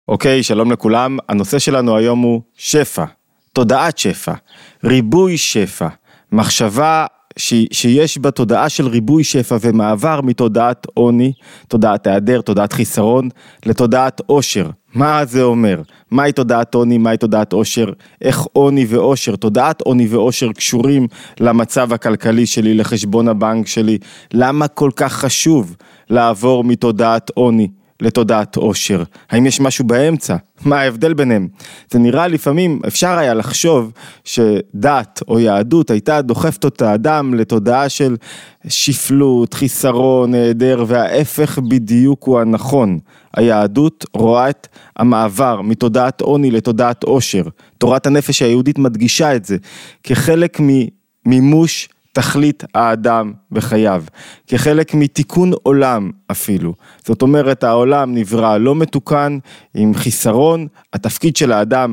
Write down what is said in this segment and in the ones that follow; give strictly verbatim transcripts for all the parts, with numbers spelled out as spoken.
אוקיי, שלום לכולם. הנושא שלנו היום הוא שפע, תודעת שפע, ריבוי שפע, מחשבה ש... שיש בה תודעה של ריבוי שפע ומעבר מתודעת עוני, תודעת היעדר, תודעת חיסרון, לתודעת עושר. מה זה אומר? מהי תודעת עוני, מהי תודעת עושר? איך עוני ועושר, תודעת עוני ועושר קשורים למצב הכלכלי שלי, לחשבון הבנק שלי? למה כל כך חשוב לעבור מתודעת עוני לתודעת עושר? האם יש משהו באמצע? מה ההבדל ביניהם? זה נראה לפעמים, אפשר היה לחשוב שדת או יהדות הייתה דוחפת את האדם לתודעה של שפלות, חיסרון, היעדר, וההפך בדיוק הוא הנכון. היהדות רואה את המעבר מתודעת עוני לתודעת עושר. תורת הנפש היהודית מדגישה את זה כחלק ממימוש תכלית האדם בחייו, כחלק מתיקון עולם אפילו. זאת אומרת, העולם נברא לא מתוקן, עם חיסרון. התפקיד של האדם,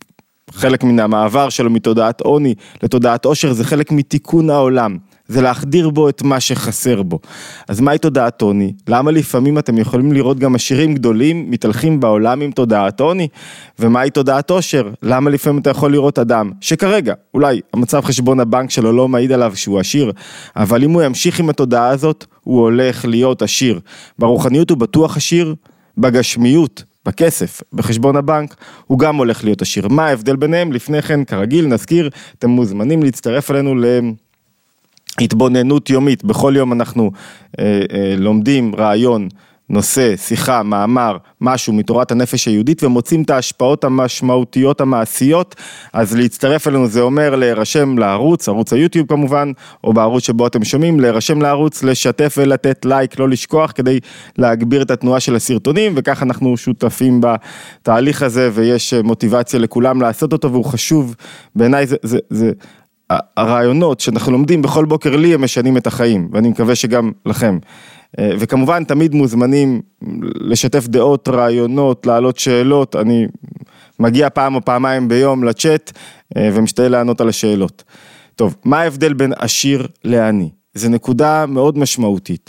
חלק מן המעבר שלו מתודעת עוני לתודעת עושר, זה חלק מתיקון העולם, זה להחדיר בו את מה שחסר בו. אז מהי תודעת עוני? למה לפעמים אתם יכולים לראות גם עשירים גדולים מתהלכים בעולם עם תודעת עוני? ומהי תודעת עושר? למה לפעמים אתה יכול לראות אדם שכרגע אולי המצב חשבון הבנק שלו לא מעיד עליו שהוא עשיר, אבל אם הוא ימשיך עם התודעה הזאת הוא הולך להיות עשיר. ברוחניות הוא בטוח עשיר, בגשמיות, בכסף, בחשבון הבנק, הוא גם הולך להיות עשיר. מה ההבדל ביניהם? לפני כן, כרגיל, נזכיר, אתם מוזמנים להצטרף אלינו ל... התבוננות יומית. בכל יום אנחנו אה, אה, לומדים רעיון, נושא, שיחה, מאמר, משהו מתורת הנפש היהודית, ומוצאים את ההשפעות המשמעותיות המעשיות. אז להצטרף אלינו זה אומר להירשם לערוץ, ערוץ היוטיוב כמובן, או בערוץ שבו אתם שומעים, להירשם לערוץ, לשתף ולתת לייק, לא לשכוח, כדי להגביר את התנועה של הסרטונים, וכך אנחנו שותפים בתהליך הזה, ויש מוטיבציה לכולם לעשות אותו, והוא חשוב. בעיניי זה... זה, זה הרעיונות שאנחנו לומדים בכל בוקר לי הם משנים את החיים, ואני מקווה שגם לכם. וכמובן תמיד מוזמנים לשתף דעות, רעיונות, להעלות שאלות. אני מגיע פעם או פעמיים ביום לצ'אט ומשתדל לענות על השאלות. טוב, מה ההבדל בין עשיר לעני? זו נקודה מאוד משמעותית.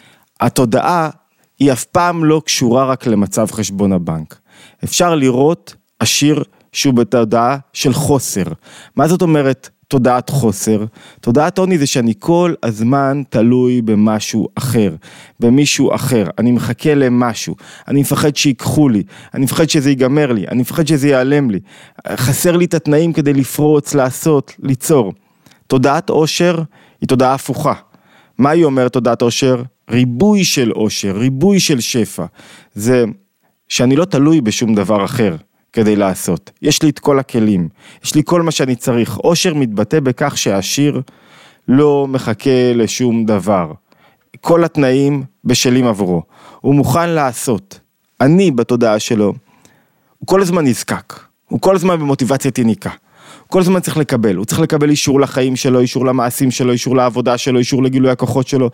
התודעה היא אף פעם לא קשורה רק למצב חשבון הבנק. אפשר לראות עשיר שהוא בתודעה של חוסר. מה זאת אומרת תודעת חוסר? תודעת עוני זה שאני כל הזמן תלוי במשהו אחר, במישהו אחר. אני מחכה למשהו, אני מפחד שיקחו לי, אני מפחד שזה ייגמר לי, אני מפחד שזה ייעלם לי. חסר לי את התנאים כדי לפרוץ, לעשות, ליצור. תודעת עושר היא תודעה הפוכה. מה היא אומרת תודעת עושר? ריבוי של עושר, ריבוי של שפע. זה שאני לא תלוי בשום דבר אחר כדי לעשות. יש לי את כל הכלים, יש לי כל מה שאני צריך. עושר מתבטא בכך שהעשיר לא מחכה לשום דבר. כל התנאים בשלים עבורו. הוא מוכן לעשות. אני בתודעה שלו, הוא כל הזמן נזקק. הוא כל הזמן במוטיבציית יניקה. הוא כל הזמן צריך לקבל. הוא צריך לקבל אישור לחיים שלו, אישור למעשים שלו, אישור לעבודה שלו, אישור לגילוי הכוחות שלו.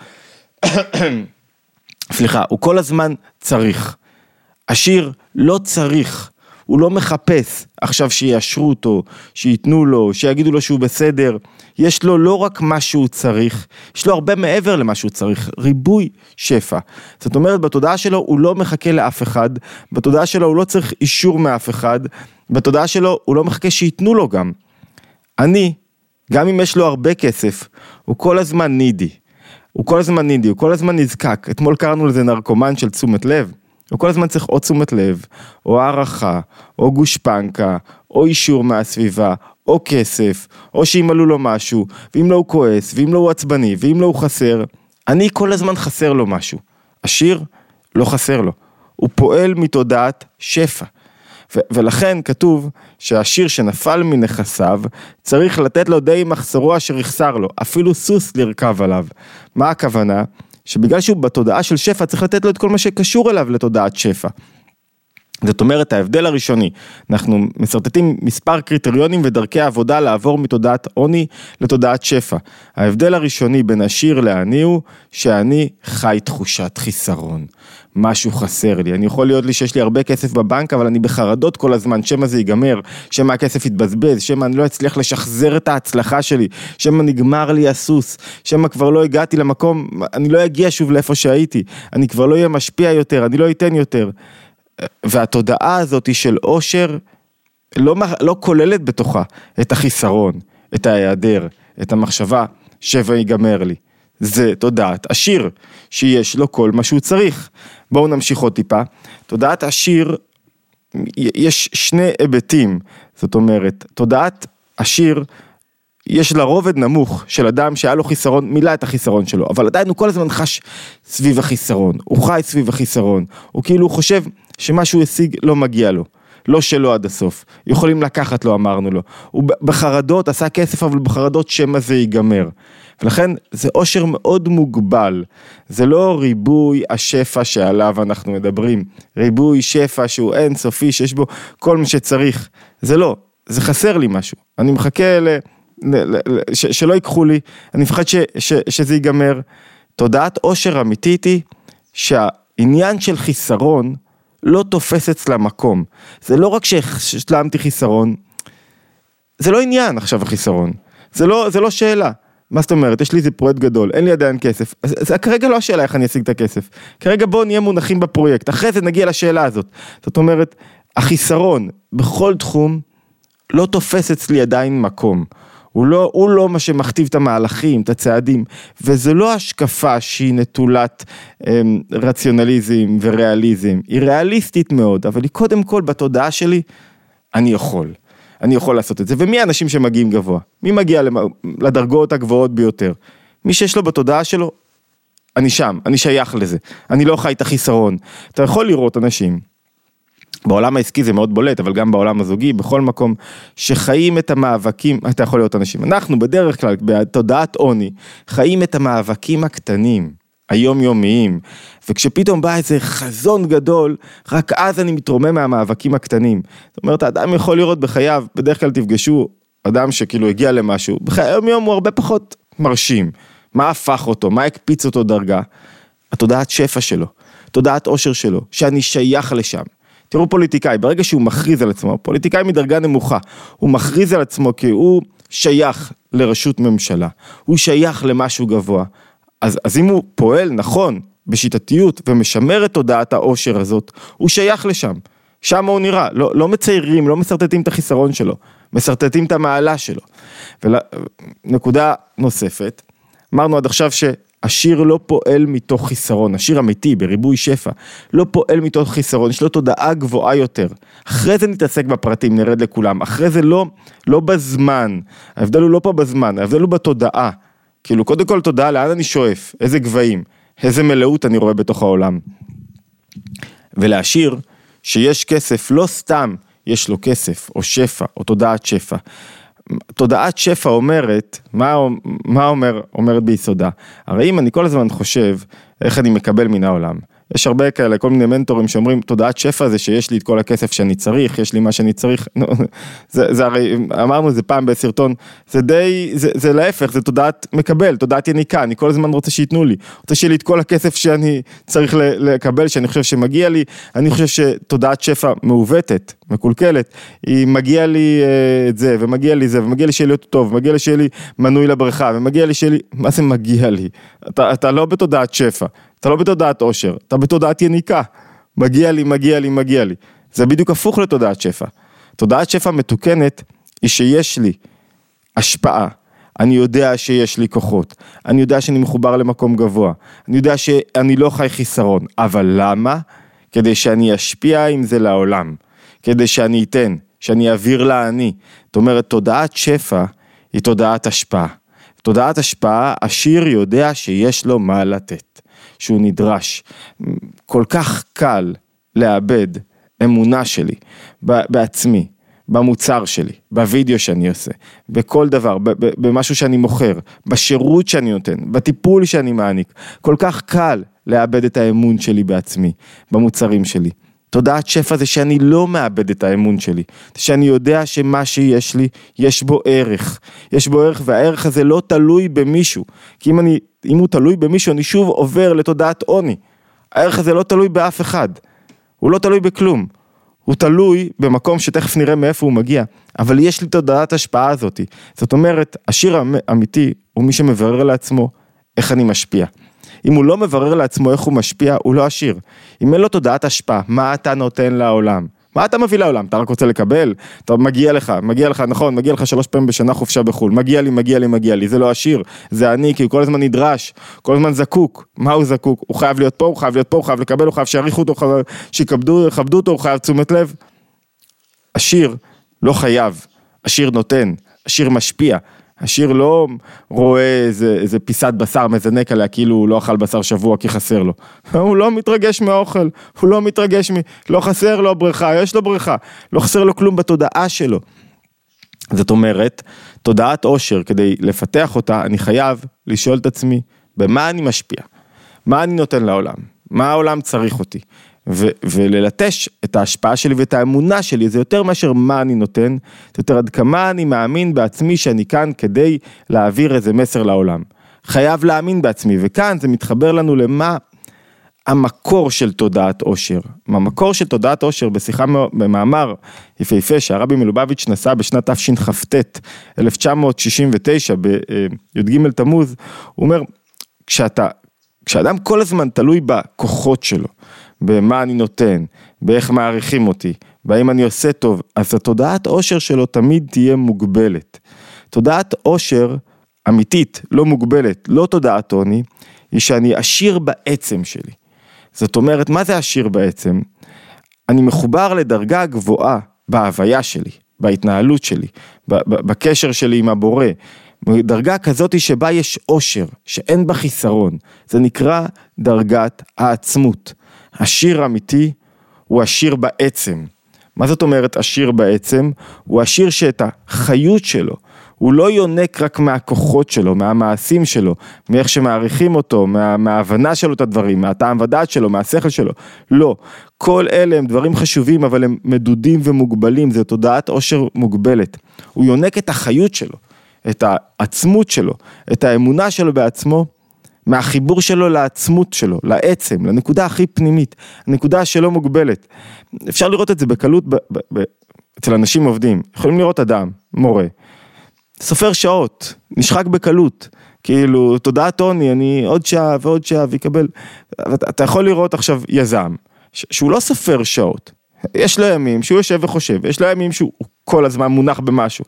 סליחה, הוא כל הזמן צריך. עשיר לא צריך. הוא לא מחפש עכשיו שיאשרו אותו, שיתנו לו, שיגידו לו שהוא בסדר. יש לו לא רק מה שהוא צריך, יש לו הרבה מעבר למה שהוא צריך, ריבוי שפע. זאת אומרת, בתודעה שלו הוא לא מחכה לאף אחד, בתודעה שלו הוא לא צריך אישור מאף אחד, בתודעה שלו הוא לא מחכה שיתנו לו גם. אני, גם אם יש לו הרבה כסף, הוא כל הזמן נידי. הוא כל הזמן נידי, הוא כל הזמן נזקק. אתמול קראנו לזה נרקומן של תשומת לב. הוא כל הזמן צריך או תשומת לב, או הערכה, או גושפנקה, או אישור מהסביבה, או כסף, או שימלאו לו משהו, ואם לא הוא כועס, ואם לא הוא עצבני, ואם לא הוא חסר. אני כל הזמן חסר לו משהו. עשיר לא חסר לו. הוא פועל מתודעת שפע. ו- ולכן כתוב שהעשיר שנפל מנכסיו, צריך לתת לו די מחסרו אשר יחסר לו, אפילו סוס לרכב עליו. מה הכוונה? שבגלל שהוא בתודעה של שפע, צריך לתת לו את כל מה שקשור אליו לתודעת שפע. זאת אומרת, ההבדל הראשוני, אנחנו מסרטטים מספר קריטריונים ודרכי עבודה לעבור מתודעת עוני לתודעת שפע. ההבדל הראשוני בין עשיר לעני הוא שאני חי תחושת חיסרון. משהו חסר לי. אני יכול להיות לי שיש לי הרבה כסף בבנק, אבל אני בחרדות כל הזמן, שמה זה ייגמר, שמה הכסף יתבזבז, שמה אני לא אצליח לשחזר את ההצלחה שלי, שמה נגמר לי הסוס, שמה כבר לא הגעתי למקום, אני לא אגיע שוב לאיפה שהייתי, אני כבר לא אהיה משפיע יותר, אני לא אתן יותר. והתודעה הזאת של עושר, לא, לא כוללת בתוכה את החיסרון, את ההיעדר, את המחשבה, שווה ייגמר לי. זה תודעת עשיר, שיש לו כל מה שהוא צריך. בואו נמשיך עוד טיפה. תודעת עשיר, יש שני היבטים, זאת אומרת, תודעת עשיר, יש לה רובד נמוך של אדם שהיה לו חיסרון, מילא את החיסרון שלו, אבל עדיין הוא כל הזמן חש סביב החיסרון, הוא חי סביב החיסרון, הוא כאילו חושב שמה שהוא השיג לא מגיע לו, לא שלו עד הסוף, יכולים לקחת לו, אמרנו לו, הוא בחרדות, עשה כסף, אבל בחרדות שמה זה ייגמר, ולכן זה עושר מאוד מוגבל, זה לא ריבוי השפע שעליו אנחנו מדברים, ריבוי שפע שהוא אין סופי, שיש בו כל מה שצריך, זה לא, זה חסר לי משהו, אני מחכה ל... ש, שלא ייקחו לי, אני מפחד ש, ש, שזה ייגמר. תודעת עושר אמיתית היא שהעניין של חיסרון לא תופס אצלה מקום. זה לא רק שהשלמתי חיסרון, זה לא עניין עכשיו החיסרון, זה לא, זה לא שאלה. מה זאת אומרת? יש לי איזה פרויקט גדול, אין לי עדיין כסף. זה כרגע לא השאלה איך אני אשיג את הכסף. כרגע בואו נהיה מונחים בפרויקט, אחרי זה נגיע לשאלה הזאת. זאת אומרת, החיסרון בכל תחום לא תופס אצלי עדיין מקום. הוא לא, הוא לא מה שמכתיב את המהלכים, את הצעדים, וזה לא השקפה שהיא נטולת אמ, רציונליזם וריאליזם, היא ריאליסטית מאוד, אבל היא קודם כל בתודעה שלי, אני יכול, אני יכול לעשות את זה, ומי האנשים שמגיעים גבוה? מי מגיע לדרגות הגבוהות ביותר? מי שיש לו בתודעה שלו, אני שם, אני שייך לזה, אני לא חי את החיסרון, אתה יכול לראות אנשים, בעולם העסקי זה מאוד בולט, אבל גם בעולם הזוגי, בכל מקום שחיים את המאבקים, אתה יכול להיות אנשים, אנחנו בדרך כלל, בתודעת עוני, חיים את המאבקים הקטנים, היומיומיים, וכשפתאום בא איזה חזון גדול, רק אז אני מתרומם מהמאבקים הקטנים. זאת אומרת, האדם יכול לראות בחייו, בדרך כלל תפגשו אדם שכאילו הגיע למשהו, בחיי יום יום הוא הרבה פחות מרשים, מה הפך אותו, מה הקפיץ אותו דרגה, התודעת שפע שלו, תודעת עושר שלו, שאני שייך לשם. תראו פוליטיקאי, ברגע שהוא מכריז על עצמו, פוליטיקאי מדרגה נמוכה, הוא מכריז על עצמו כי הוא שייך לרשות ממשלה, הוא שייך למשהו גבוה, אז, אז אם הוא פועל נכון, בשיטתיות, ומשמר את תודעת העושר הזאת, הוא שייך לשם, שם הוא נראה, לא, לא מציירים, לא מסרטטים את החיסרון שלו, מסרטטים את המעלה שלו. ונקודה נוספת, אמרנו עד עכשיו ש... השיר לא פועל מתוך חיסרון, השיר אמיתי בריבוי שפע, לא פועל מתוך חיסרון, יש לו תודעה גבוהה יותר, אחרי זה נתעסק בפרטים, נרד לכולם, אחרי זה לא, לא בזמן, ההבדל הוא לא פה בזמן, ההבדל הוא בתודעה, כאילו קודם כל תודעה לאן אני שואף, איזה גבהים, איזה מלאות אני רואה בתוך העולם, ולהשאיר שיש כסף, לא סתם יש לו כסף, או שפע, או תודעת שפע, תודעת שפע אומרת, מה, מה אומר, אומרת ביסודה? הרי אם אני כל הזמן חושב איך אני מקבל מן העולם, יש הרבה כאלה, כל מיני מנטורים שאומרים, תודעת שפע זה שיש לי את כל הכסף שאני צריך, יש לי מה שאני צריך, זה, זה הרי, אמרנו זה פעם בסרטון, זה די, זה, זה להפך, זה תודעת מקבל, תודעת יניקה, אני כל הזמן רוצה שיתנו לי, רוצה שיהיה לי את כל הכסף שאני צריך לקבל, שאני חושב שמגיע לי, אני חושב שתודעת שפע מעוותת, מקולקלת, היא מגיע לי את זה, ומגיע לי זה, ומגיע לי שיהיה לי אותו טוב, ומגיע לי שיהיה לי מנוי לבריכה, ומגיע לי שיהיה לי, מה זה מגיע לי? אתה, אתה לא בתודעת שפע, אתה לא בתודעת עושר, אתה בתודעת יניקה, מגיע לי, מגיע לי, מגיע לי. זה בדיוק הפוך לתודעת שפע. תודעת שפע מתוקנת היא שיש לי השפעה, אני יודע שיש לי כוחות, אני יודע שאני מחובר למקום גבוה, אני יודע שאני לא חי חיסרון, אבל למה? כדי שאני אשפיע עם זה לעולם, כדי שאני אתן, שאני אעביר לעני. זאת אומרת, תודעת שפע היא תודעת השפעה. תודעת השפעה, השיר יודע שיש לו מה לתת. שהוא נדרש, כל כך קל לאבד אמונה שלי בעצמי, במוצר שלי, בווידאו שאני עושה, בכל דבר, במשהו שאני מוכר, בשירות שאני נותן, בטיפול שאני מעניק, כל כך קל לאבד את האמון שלי בעצמי, במוצרים שלי. תודעת שפע זה שאני לא מאבד את האמון שלי, שאני יודע שמה שיש לי, יש בו ערך, יש בו ערך, והערך הזה לא תלוי במישהו, כי אם, אני, אם הוא תלוי במישהו, אני שוב עובר לתודעת עוני, הערך הזה לא תלוי באף אחד, הוא לא תלוי בכלום, הוא תלוי במקום שתכף נראה מאיפה הוא מגיע, אבל יש לי תודעת השפעה הזאת, זאת אומרת, השיר האמיתי הוא מי שמברר לעצמו איך אני משפיע, אם הוא לא מברר לעצמו איך הוא משפיע, הוא לא עשיר. אם אין לו תודעת השפעה, מה אתה נותן לעולם? מה אתה מביא לעולם? אתה רק רוצה לקבל? אתה מגיע לך, מגיע לך, נכון, מגיע לך שלוש פעמים בשנה חופשה בחול, מגיע לי, מגיע לי, מגיע לי, זה לא עשיר, זה אני, כי הוא כל הזמן נדרש, כל הזמן זקוק. מה הוא זקוק? הוא חייב להיות פה, הוא חייב להיות פה, הוא חייב לקבל, הוא חייב שיעריכו אותו, שיקבדו, יכבדו אותו, הוא חייב תשומת לב. עשיר לא חייב, עשיר נותן, עשיר משפיע, עשיר לא רואה איזה, איזה פיסת בשר מזנק עליה, כאילו הוא לא אכל בשר שבוע כי חסר לו. הוא לא מתרגש מהאוכל, הוא לא מתרגש מ... לא חסר לו בריכה, יש לו בריכה, לא חסר לו כלום בתודעה שלו. זאת אומרת, תודעת עושר, כדי לפתח אותה, אני חייב לשאול את עצמי, במה אני משפיע? מה אני נותן לעולם? מה העולם צריך אותי? ו- וללטש את ההשפעה שלי ואת האמונה שלי, זה יותר מאשר מה אני נותן, זה יותר עד כמה אני מאמין בעצמי שאני כאן כדי להעביר איזה מסר לעולם. חייב להאמין בעצמי, וכאן זה מתחבר לנו למה המקור של תודעת עושר. המקור של תודעת עושר, בשיחה במאמר יפהפה שהרבי מלובביץ' נשא בשנת תשכ"ט, אלף תשע מאות שישים ותשע, בי"ג תמוז, הוא אומר, כשאתה, כשאדם כל הזמן תלוי בכוחות שלו, במה אני נותן, באיך מעריכים אותי, באם אני עושה טוב, אז התודעת עושר שלו תמיד תהיה מוגבלת. תודעת עושר אמיתית, לא מוגבלת, לא תודעת עוני, היא שאני עשיר בעצם שלי. זאת אומרת, מה זה עשיר בעצם? אני מחובר לדרגה גבוהה בהוויה שלי, בהתנהלות שלי, בקשר שלי עם הבורא, דרגה כזאת שבה יש עושר, שאין בה חיסרון. זה נקרא דרגת העצמות. עשיר אמיתי הוא עשיר בעצם. מה זאת אומרת עשיר בעצם? הוא עשיר שאת החיות שלו, הוא לא יונק רק מהכוחות שלו, מהמעשים שלו, מאיך שמעריכים אותו, מה, מההבנה שלו את הדברים, מהטעם ודעת שלו, מהשכל שלו. לא. כל אלה הם דברים חשובים, אבל הם מדודים ומוגבלים, זה תודעת עושר מוגבלת. הוא יונק את החיות שלו, את העצמות שלו, את האמונה שלו בעצמו, מהחיבור שלו לעצמות שלו, לעצם, לנקודה הכי פנימית, הנקודה שלא מוגבלת. אפשר לראות את זה בקלות, ב, ב, ב, אצל אנשים עובדים, יכולים לראות אדם, מורה, סופר שעות, נשחק בקלות, כאילו תודעת עוני, אני עוד שעה ועוד שעה ויקבל, אתה יכול לראות עכשיו יזם, שהוא לא סופר שעות, יש לו ימים שהוא יושב וחושב, יש לו ימים שהוא כל הזמן מונח במשהו,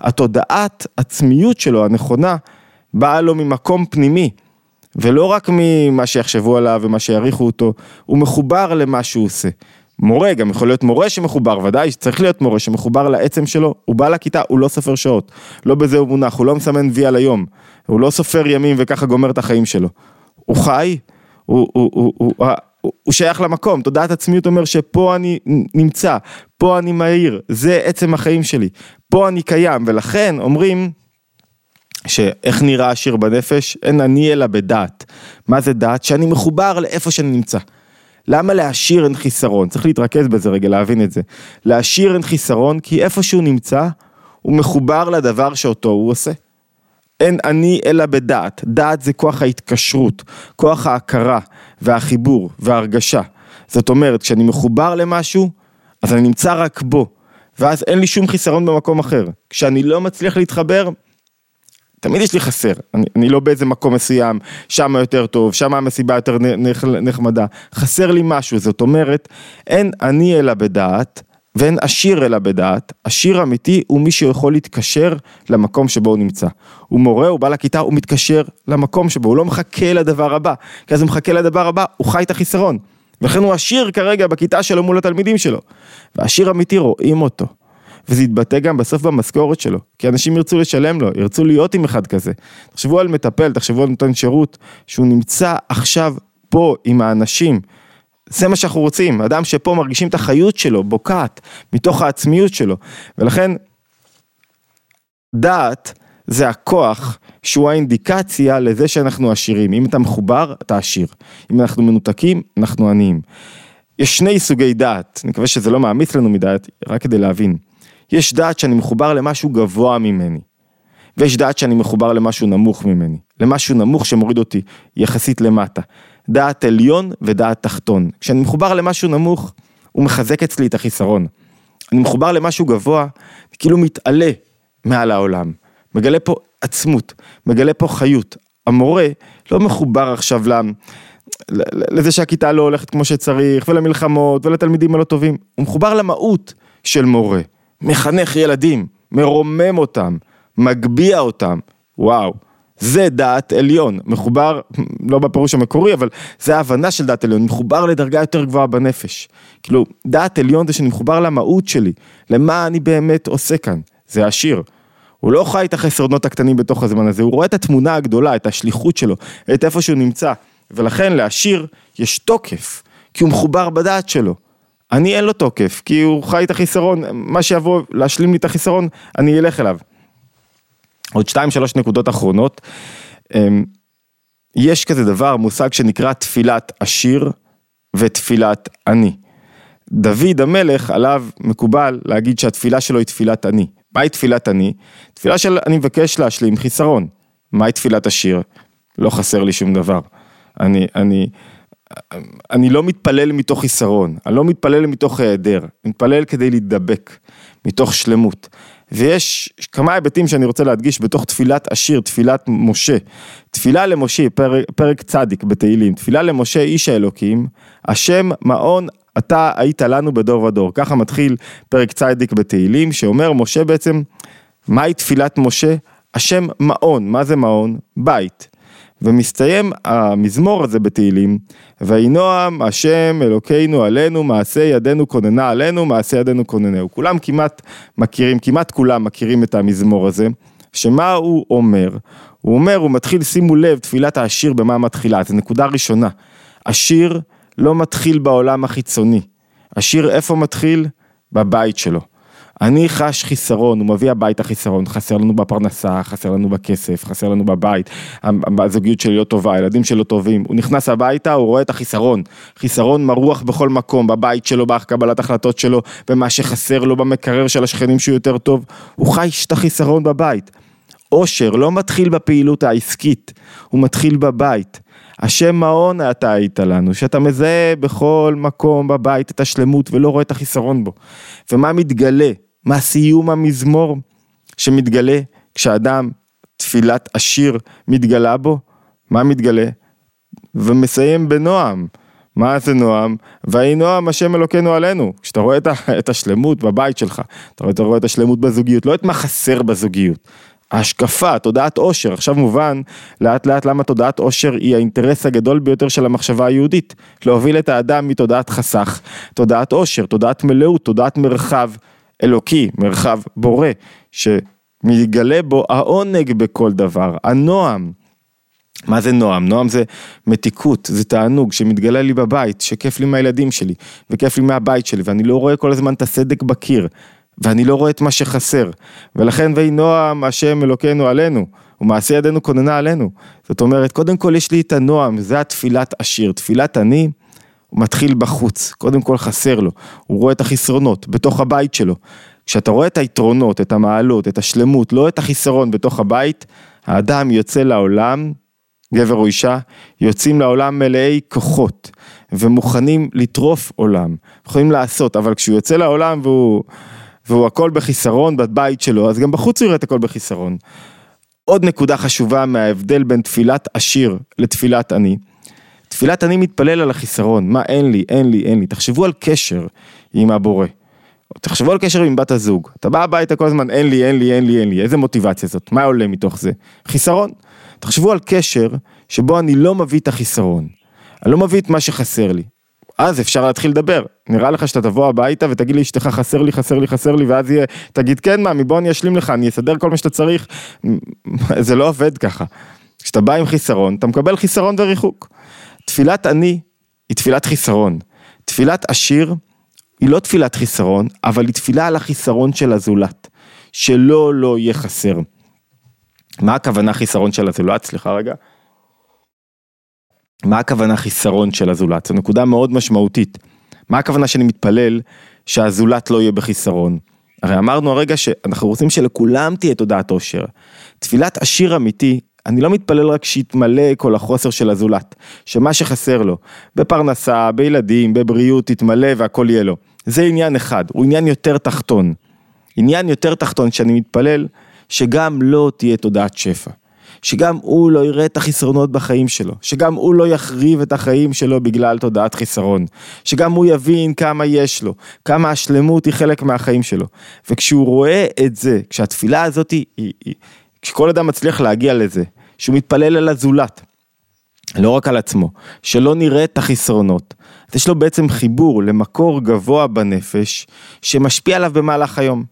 התודעת עצמיות שלו הנכונה, באה לו ממקום פנימי, ולא רק ממה שיחשבו עליו ומה שיעריכו אותו, הוא מחובר למה שהוא עושה. מורה, גם יכול להיות מורה שמחובר, ודאי צריך להיות מורה שמחובר לעצם שלו, הוא בא לכיתה, הוא לא סופר שעות, לא בזה הוא מונח, הוא לא מסמן וי על היום, הוא לא סופר ימים וככה גומר את החיים שלו. הוא חי, הוא, הוא, הוא, הוא, הוא, הוא שייך למקום, תודעת עצמיות אומר שפה אני נמצא, פה אני מהיר, זה עצם החיים שלי, פה אני קיים, ולכן אומרים, שאיך נראה עשיר בנפש? אין אני אלא בדעת. מה זה דעת? שאני מחובר לאיפה שאני נמצא. למה להשאיר אין חיסרון? צריך להתרכז בזה רגע, להבין את זה. להשאיר אין חיסרון, כי איפה שהוא נמצא, הוא מחובר לדבר שאותו הוא עושה. אין אני אלא בדעת. דעת זה כוח ההתקשרות, כוח ההכרה והחיבור וההרגשה. זאת אומרת, כשאני מחובר למשהו, אז אני נמצא רק בו, ואז אין לי שום חיסרון במקום אחר. כשאני לא מצליח להתחבר, תמיד יש לי חסר, אני, אני לא באיזה מקום מסוים, שם יותר טוב, שם המסיבה יותר נחמדה, חסר לי משהו, זאת אומרת, אין אני אלא בדעת, ואין עשיר אלא בדעת, עשיר אמיתי הוא מי שיכול להתקשר למקום שבו הוא נמצא, הוא מורה, הוא בא לכיתה, הוא מתקשר למקום שבו, הוא לא מחכה לדבר הבא, כי אז הוא מחכה לדבר הבא, הוא חי את החיסרון, ולכן הוא עשיר כרגע בכיתה שלו מול התלמידים שלו, והעשיר אמיתי רואים אותו, וזה יתבטא גם בסוף במשכורת שלו, כי אנשים ירצו לשלם לו, ירצו להיות עם אחד כזה. תחשבו על מטפל, תחשבו על נותן שירות, שהוא נמצא עכשיו פה עם האנשים, זה מה שאנחנו רוצים, אדם שפה מרגישים את החיות שלו, בוקעת, מתוך העצמיות שלו, ולכן, דעת זה הכוח, שהוא האינדיקציה לזה שאנחנו עשירים, אם אתה מחובר, אתה עשיר, אם אנחנו מנותקים, אנחנו עניים. יש שני סוגי דעת, אני מקווה שזה לא מעמיס לנו מדעת, רק כדי להבין. יש דעת שאני מחובר למשהו גבוה ממני, ויש דעת שאני מחובר למשהו נמוך ממני, למשהו נמוך שמוריד אותי יחסית למטה, דעת עליון ודעת תחתון. כשאני מחובר למשהו נמוך, הוא מחזק אצלי את החיסרון. אני מחובר למשהו גבוה, כאילו מתעלה מעל העולם, מגלה פה עצמות, מגלה פה חיות, המורה לא מחובר עכשיו לזה שהכיתה לא הולכת כמו שצריך, ולמלחמות, ולתלמידים הלא טובים. הוא מחובר למהות של מורה. מחנך ילדים, מרומם אותם, מגביע אותם. וואו, זה דעת עליון. מחובר, לא בפירוש המקורי, אבל זה ההבנה של דעת עליון. מחובר לדרגה יותר גבוהה בנפש. כאילו, דעת עליון זה שאני מחובר למהות שלי. למה אני באמת עושה כאן? זה השיר. הוא לא חי את החסרונות הקטנים בתוך הזמן הזה. הוא רואה את התמונה הגדולה, את השליחות שלו, את איפה שהוא נמצא. ולכן להשיר יש תוקף, כי הוא מחובר בדעת שלו. אני אין לו תוקף, כי הוא חי את החיסרון, מה שיבוא להשלים לי את החיסרון, אני אלך אליו. עוד שתיים, שלוש נקודות אחרונות, יש כזה דבר, מושג שנקרא תפילת עשיר ותפילת עני. דוד המלך עליו מקובל להגיד שהתפילה שלו היא תפילת עני. מהי תפילת עני? תפילה של אני מבקש להשלים חיסרון. מהי תפילת עשיר? לא חסר לי שום דבר. אני, אני, אני לא מתפלל מתוך חיסרון, אני לא מתפלל מתוך היעדר, אני מתפלל כדי להידבק, מתוך שלמות. ויש כמה היבטים שאני רוצה להדגיש בתוך תפילת עשיר, תפילת משה. תפילה למשה, פרק, פרק צדיק בתהילים, תפילה למשה איש האלוקים, השם מעון אתה היית לנו בדור ודור. ככה מתחיל פרק צדיק בתהילים, שאומר משה בעצם, מהי תפילת משה? השם מעון, מה זה מעון? בית. ומסתיים המזמור הזה בתהילים, וינועם השם אלוקינו עלינו, מעשה ידינו כוננה עלינו, מעשה ידינו כוננהו. כולם כמעט מכירים, כמעט כולם מכירים את המזמור הזה, שמה הוא אומר? הוא אומר, הוא מתחיל, שימו לב, תפילת העשיר במה מתחילה, זו נקודה ראשונה. עשיר לא מתחיל בעולם החיצוני, עשיר איפה מתחיל? בבית שלו. אני חש חיסרון, הוא מביא הבית החיסרון, חסר לנו בפרנסה, חסר לנו בכסף, חסר לנו בבית, הזוגיות שלי לא טובה, הילדים שלו טובים, הוא נכנס הביתה, הוא רואה את החיסרון, חיסרון מרוח בכל מקום, בבית שלו, בקבלת החלטות שלו, במה שחסר לו, במקרר של השכנים שהוא יותר טוב, הוא חי את החיסרון בבית. עושר לא מתחיל בפעילות העסקית, הוא מתחיל בבית. השם מעון אתה היית לנו, שאתה מזהה בכל מקום בבית את השלמות ולא רואה את החיסרון בו. ומה מתגלה? מה סיום המזמור שמתגלה כשאדם תפילת עשיר מתגלה בו? מה מתגלה? ומסיים בנועם. מה זה נועם? והי נועם השם אלוקינו עלינו. כשאתה רואה את השלמות בבית שלך, אתה רואה את השלמות בזוגיות, לא את מה חסר בזוגיות. ההשקפה, תודעת עושר, עכשיו מובן לאט לאט למה תודעת עושר היא האינטרס הגדול ביותר של המחשבה היהודית, להוביל את האדם מתודעת חסך, תודעת עושר, תודעת מלאות, תודעת מרחב אלוקי, מרחב בורא, שמתגלה בו העונג בכל דבר, הנועם. מה זה נועם? נועם זה מתיקות, זה תענוג שמתגלה לי בבית, שכיף לי מהילדים שלי, וכיף לי מהבית שלי, ואני לא רואה כל הזמן את הסדק בקיר, ואני לא רואה את מה שחסר, ולכן ואי נועם השם אלוקינו עלינו, ומעשה ידינו כוננה עלינו. זאת אומרת, קודם כל יש לי את הנועם, זה התפילת עשיר, תפילת עני, הוא מתחיל בחוץ, קודם כל חסר לו, הוא רואה את החסרונות בתוך הבית שלו, כשאתה רואה את היתרונות, את המעלות, את השלמות, לא את החיסרון בתוך הבית, האדם יוצא לעולם, גבר או אישה, יוצאים לעולם מלאי כוחות, ומוכנים לטרוף עולם, יכולים לעשות, אבל כשהוא יוצא לעולם והוא... והוא הכל בחיסרון בבית שלו, אז גם בחוץ הוא יראה את הכל בחיסרון. עוד נקודה חשובה מההבדל בין תפילת עשיר לתפילת עני. תפילת עני מתפלל על החיסרון, מה אין לי, אין לי, אין לי. תחשבו על קשר עם הבורא. תחשבו על קשר עם בת הזוג. אתה בא הביתה כל הזמן, אין לי, אין לי, אין לי, אין לי. איזה מוטיבציה זאת? מה עולה מתוך זה? חיסרון. תחשבו על קשר שבו אני לא מביא את החיסרון. אני לא מביא את מה שחסר לי. אז אפשר להתחיל לדבר, נראה לך שאתה תבוא הביתה ותגיד לי אשתך חסר לי, חסר לי, חסר לי, ואז יהיה, תגיד כן מאמי, בוא אני אשלים לך, אני אסדר כל מה שאתה צריך, זה לא עובד ככה. כשאתה בא עם חיסרון, אתה מקבל חיסרון וריחוק. תפילת עני היא תפילת חיסרון, תפילת עשיר היא לא תפילת חיסרון, אבל היא תפילה על החיסרון של הזולת, שלא לא יהיה חסר. מה הכוונה חיסרון של הזולת? סליחה רגע. מה הכוונה חיסרון של הזולת? זו נקודה מאוד משמעותית. מה הכוונה שאני מתפלל שהזולת לא יהיה בחיסרון? הרי אמרנו הרגע שאנחנו רוצים שלכולם תהיה תודעת עושר. תפילת עשיר אמיתי, אני לא מתפלל רק שיתמלא כל החוסר של הזולת, שמה שחסר לו, בפרנסה, בילדים, בבריאות, תתמלא והכל יהיה לו. זה עניין אחד, הוא עניין יותר תחתון. עניין יותר תחתון שאני מתפלל שגם לא תהיה תודעת שפע. שגם הוא לא יראה את החסרונות בחיים שלו, שגם הוא לא יחריב את החיים שלו בגלל תודעת חיסרון, שגם הוא יבין כמה יש לו, כמה השלמות היא חלק מהחיים שלו, וכשהוא רואה את זה, כשהתפילה הזאת היא, היא, כשכל אדם מצליח להגיע לזה, שהוא מתפלל על הזולת, לא רק על עצמו, שלא נראה את החסרונות, אז יש לו בעצם חיבור למקור גבוה בנפש, שמשפיע עליו במהלך היום.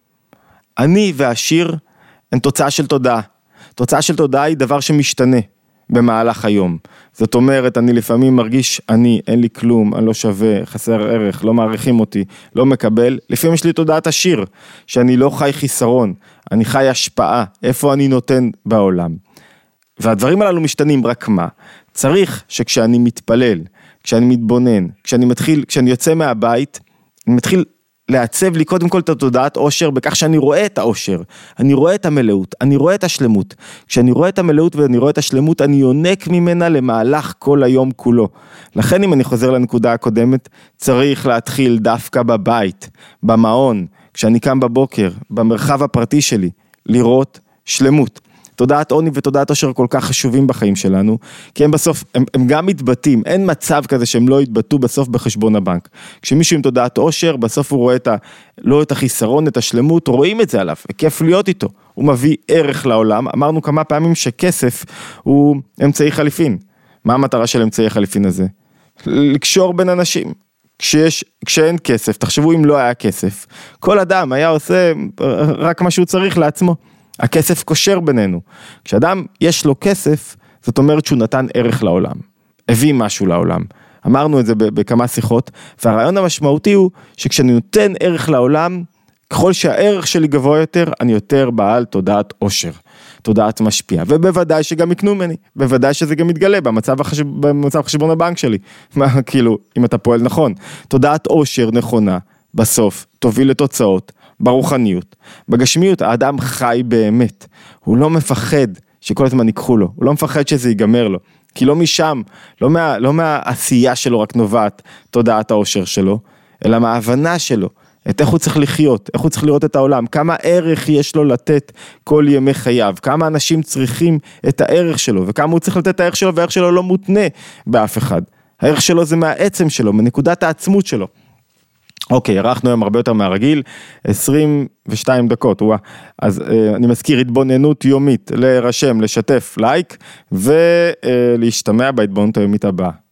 אני והשיר הן תוצאה של תודעה. תוצאה של תודעה היא דבר שמשתנה במהלך היום. זאת אומרת, אני לפעמים מרגיש, אני, אין לי כלום, אני לא שווה, חסר ערך, לא מעריכים אותי, לא מקבל. לפעמים יש לי תודעת השיר, שאני לא חי חיסרון, אני חי השפעה, איפה אני נותן בעולם. והדברים הללו משתנים, רק מה? צריך שכשאני מתפלל, כשאני מתבונן, כשאני מתחיל, כשאני יוצא מהבית, אני מתחיל לעצב לי קודם כל את התודעת עושר, בכך שאני רואה את העושר, אני רואה את המלאות, אני רואה את השלמות. כשאני רואה את המלאות ואני רואה את השלמות, אני יונק ממנה למהלך כל היום כולו. לכן אם אני חוזר לנקודה הקודמת, צריך להתחיל דווקא בבית, במעון, כשאני קם בבוקר, במרחב הפרטי שלי, לראות שלמות. תודעת עוני ותודעת עושר כל כך חשובים בחיים שלנו, כי הם בסוף, הם, הם גם מתבטאים, אין מצב כזה שהם לא יתבטאו בסוף בחשבון הבנק. כשמישהו עם תודעת עושר, בסוף הוא רואה את ה, לא את החיסרון, את השלמות, רואים את זה עליו, כיף להיות איתו, הוא מביא ערך לעולם. אמרנו כמה פעמים שכסף הוא אמצעי חליפין. מה המטרה של אמצעי חליפין הזה? לקשור בין אנשים. כשיש, כשאין כסף, תחשבו אם לא היה כסף, כל אדם היה עושה רק מה שהוא צריך לעצמו. הכסף קושר בינינו. כשאדם יש לו כסף, זאת אומרת שהוא נתן ערך לעולם. הביא משהו לעולם. אמרנו את זה בכמה שיחות, והרעיון המשמעותי הוא שכשאני נותן ערך לעולם, ככל שהערך שלי גבוה יותר, אני יותר בעל תודעת עושר, תודעת משפיע, ובוודאי שגם יקנו ממני, בוודאי שזה גם מתגלה במצב, החשב, במצב חשבון הבנק שלי, מה, כאילו, אם אתה פועל נכון, תודעת עושר נכונה, בסוף, תוביל לתוצאות, ברוחניות, בגשמיות, האדם חי באמת, הוא לא מפחד שכל הזמן ייקחו לו, הוא לא מפחד שזה ייגמר לו, כי לא משם, לא, מה, לא מהעשייה שלו רק נובעת תודעת העושר שלו, אלא מההבנה שלו, את איך הוא צריך לחיות, איך הוא צריך לראות את העולם, כמה ערך יש לו לתת כל ימי חייו, כמה אנשים צריכים את הערך שלו, וכמה הוא צריך לתת את הערך שלו, והערך שלו לא מותנה באף אחד, הערך שלו זה מהעצם שלו, מנקודת העצמות שלו. אוקיי, ערכנו היום הרבה יותר מהרגיל, עשרים ושתיים דקות, וואה. אז אה, אני מזכיר התבוננות יומית, להירשם, לשתף, לייק, ולהשתמע בהתבוננות היומית הבאה.